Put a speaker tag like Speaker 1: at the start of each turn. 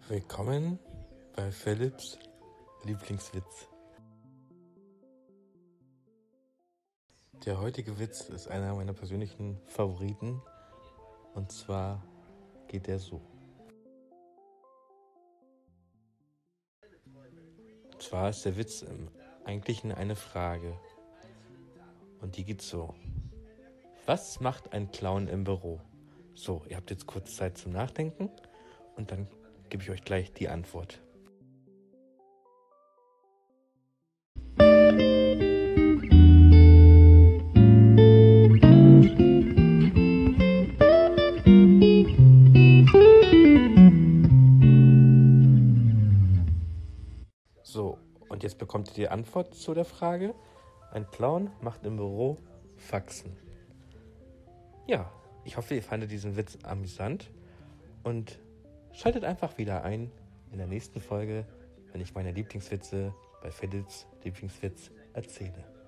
Speaker 1: Willkommen bei Philipps Lieblingswitz. Der heutige Witz ist einer meiner persönlichen Favoriten, und zwar geht er so. Und zwar ist der Witz im Eigentlichen eine Frage, und die geht so: Was macht ein Clown im Büro? So, ihr habt jetzt kurz Zeit zum Nachdenken und dann gebe ich euch gleich die Antwort. So, und jetzt bekommt ihr die Antwort zu der Frage. Ein Clown macht im Büro Faxen. Ja, ich hoffe, ihr fandet diesen Witz amüsant und schaltet einfach wieder ein in der nächsten Folge, wenn ich meine Lieblingswitze bei Philipps Lieblingswitz erzähle.